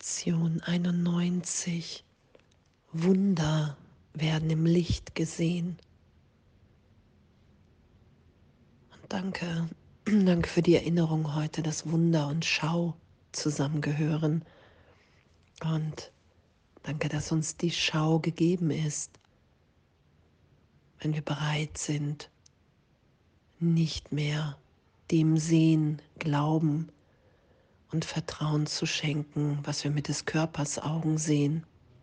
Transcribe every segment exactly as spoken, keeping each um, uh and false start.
Lektion einundneunzig. Wunder werden im Licht gesehen. Und danke, danke für die Erinnerung heute, dass Wunder und Schau zusammengehören. Und danke, dass uns die Schau gegeben ist, wenn wir bereit sind, nicht mehr dem Sehen, Glauben und Vertrauen zu schenken, was wir mit des Körpers Augen sehen.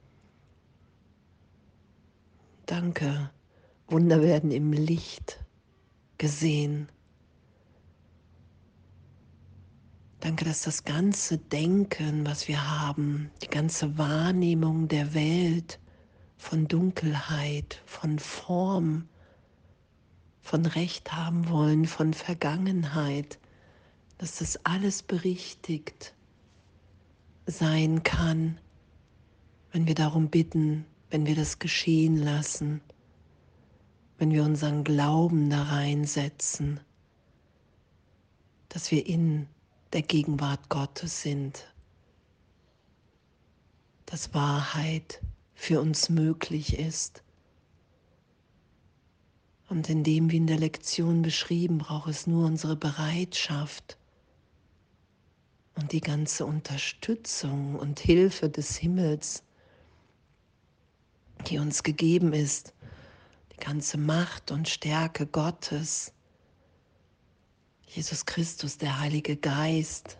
Danke, Wunder werden im Licht gesehen. Danke, dass das ganze Denken, was wir haben, die ganze Wahrnehmung der Welt von Dunkelheit, von Form, von Recht haben wollen, von Vergangenheit, dass das alles berichtigt sein kann, wenn wir darum bitten, wenn wir das geschehen lassen, wenn wir unseren Glauben da reinsetzen, dass wir in der Gegenwart Gottes sind, dass Wahrheit für uns möglich ist. Und in dem, wie in der Lektion beschrieben, braucht es nur unsere Bereitschaft und die ganze Unterstützung und Hilfe des Himmels, die uns gegeben ist, die ganze Macht und Stärke Gottes, Jesus Christus, der Heilige Geist,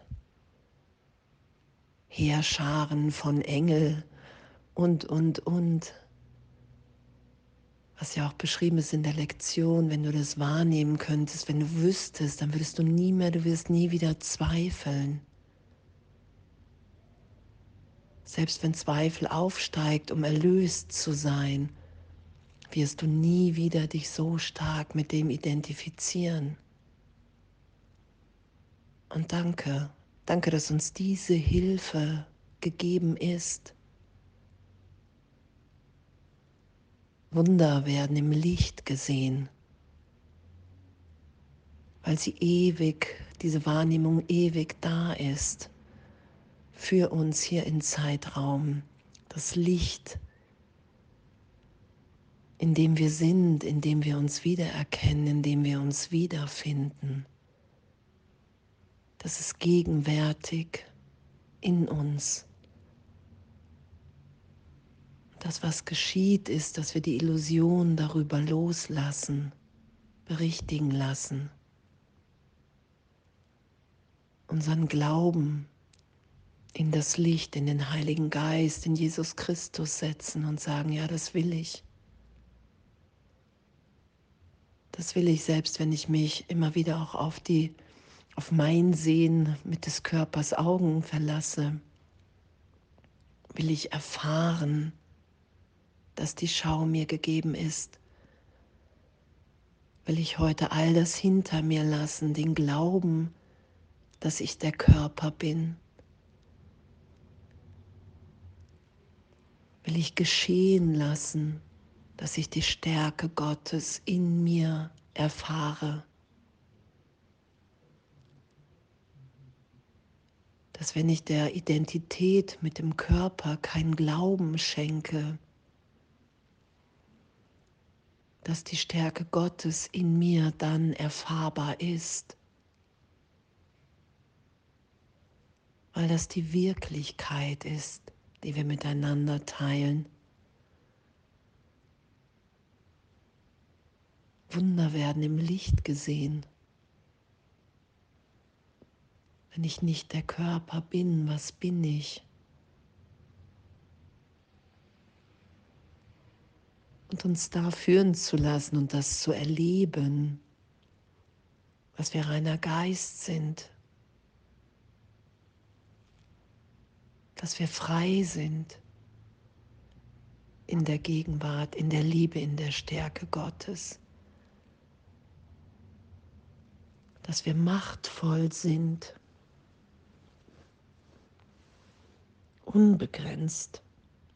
Heerscharen von Engel und, und, und. Was ja auch beschrieben ist in der Lektion, wenn du das wahrnehmen könntest, wenn du wüsstest, dann würdest du nie mehr, du wirst nie wieder zweifeln. Selbst wenn Zweifel aufsteigt, um erlöst zu sein, wirst du nie wieder dich so stark mit dem identifizieren. Und danke, danke, dass uns diese Hilfe gegeben ist. Wunder werden im Licht gesehen, weil sie ewig, diese Wahrnehmung ewig da ist, für uns hier im Zeitraum. Das Licht, in dem wir sind, in dem wir uns wiedererkennen, in dem wir uns wiederfinden. Das ist gegenwärtig in uns. Das, was geschieht, ist, dass wir die Illusion darüber loslassen, berichtigen lassen, unseren Glauben in das Licht, in den Heiligen Geist, in Jesus Christus setzen und sagen, ja, das will ich. Das will ich, selbst wenn ich mich immer wieder auch auf die, auf mein Sehen mit des Körpers Augen verlasse, will ich erfahren, dass die Schau mir gegeben ist. Will ich heute all das hinter mir lassen, den Glauben, dass ich der Körper bin. Will ich geschehen lassen, dass ich die Stärke Gottes in mir erfahre. Dass wenn ich der Identität mit dem Körper keinen Glauben schenke, dass die Stärke Gottes in mir dann erfahrbar ist, weil das die Wirklichkeit ist, die wir miteinander teilen. Wunder werden im Licht gesehen. Wenn ich nicht der Körper bin, was bin ich? Und uns da führen zu lassen und das zu erleben, was wir reiner Geist sind, dass wir frei sind in der Gegenwart, in der Liebe, in der Stärke Gottes, dass wir machtvoll sind, unbegrenzt.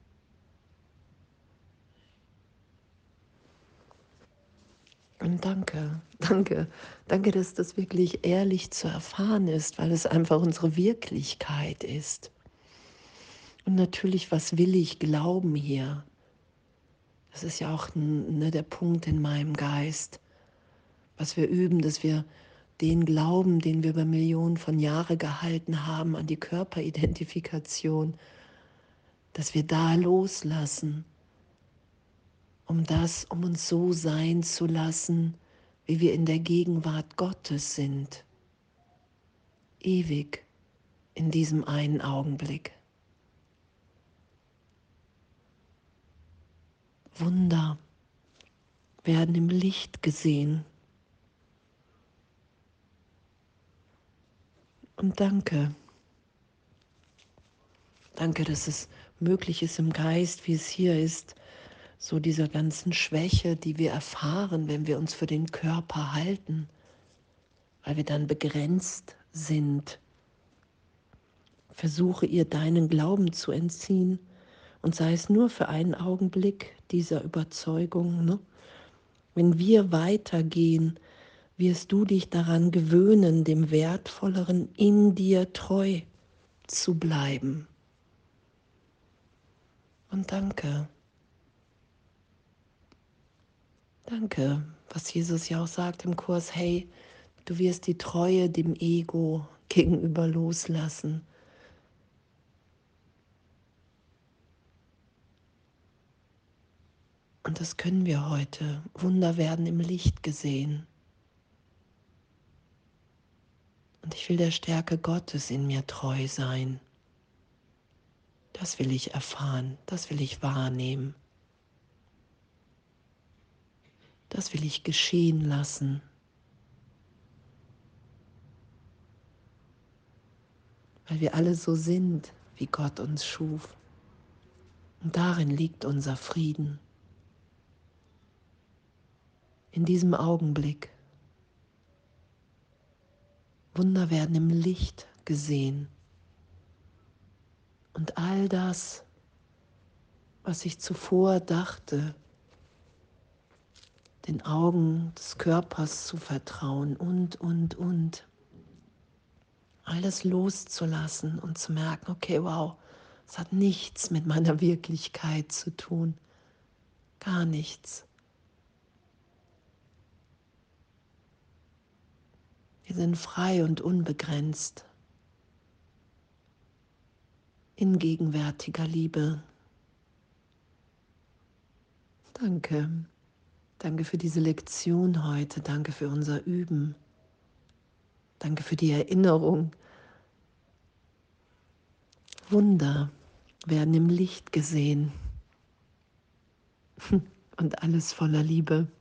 Und danke, danke, danke, dass das wirklich ehrlich zu erfahren ist, weil es einfach unsere Wirklichkeit ist. Und natürlich, was will ich glauben hier? Das ist ja auch ne, der Punkt in meinem Geist, was wir üben, dass wir den Glauben, den wir über Millionen von Jahren gehalten haben, an die Körperidentifikation, dass wir da loslassen, um das, um uns so sein zu lassen, wie wir in der Gegenwart Gottes sind, ewig in diesem einen Augenblick. Wunder werden im Licht gesehen. Und danke, danke, dass es möglich ist im Geist, wie es hier ist, so dieser ganzen Schwäche, die wir erfahren, wenn wir uns für den Körper halten, weil wir dann begrenzt sind. Versuche ihr deinen Glauben zu entziehen und sei es nur für einen Augenblick dieser Überzeugung. Ne? Wenn wir weitergehen, wirst du dich daran gewöhnen, dem Wertvolleren in dir treu zu bleiben. Und danke, danke, was Jesus ja auch sagt im Kurs, hey, du wirst die Treue dem Ego gegenüber loslassen. Und das können wir heute. Wunder werden im Licht gesehen. Und ich will der Stärke Gottes in mir treu sein. Das will ich erfahren, das will ich wahrnehmen. Das will ich geschehen lassen. Weil wir alle so sind, wie Gott uns schuf. Und darin liegt unser Frieden. In diesem Augenblick. Wunder werden im Licht gesehen. Und all das, was ich zuvor dachte, den Augen des Körpers zu vertrauen und, und, und. Alles loszulassen und zu merken, okay, wow, es hat nichts mit meiner Wirklichkeit zu tun. Gar nichts. Wir sind frei und unbegrenzt in gegenwärtiger Liebe. Danke. Danke für diese Lektion heute. Danke für unser Üben. Danke für die Erinnerung. Wunder werden im Licht gesehen und alles voller Liebe.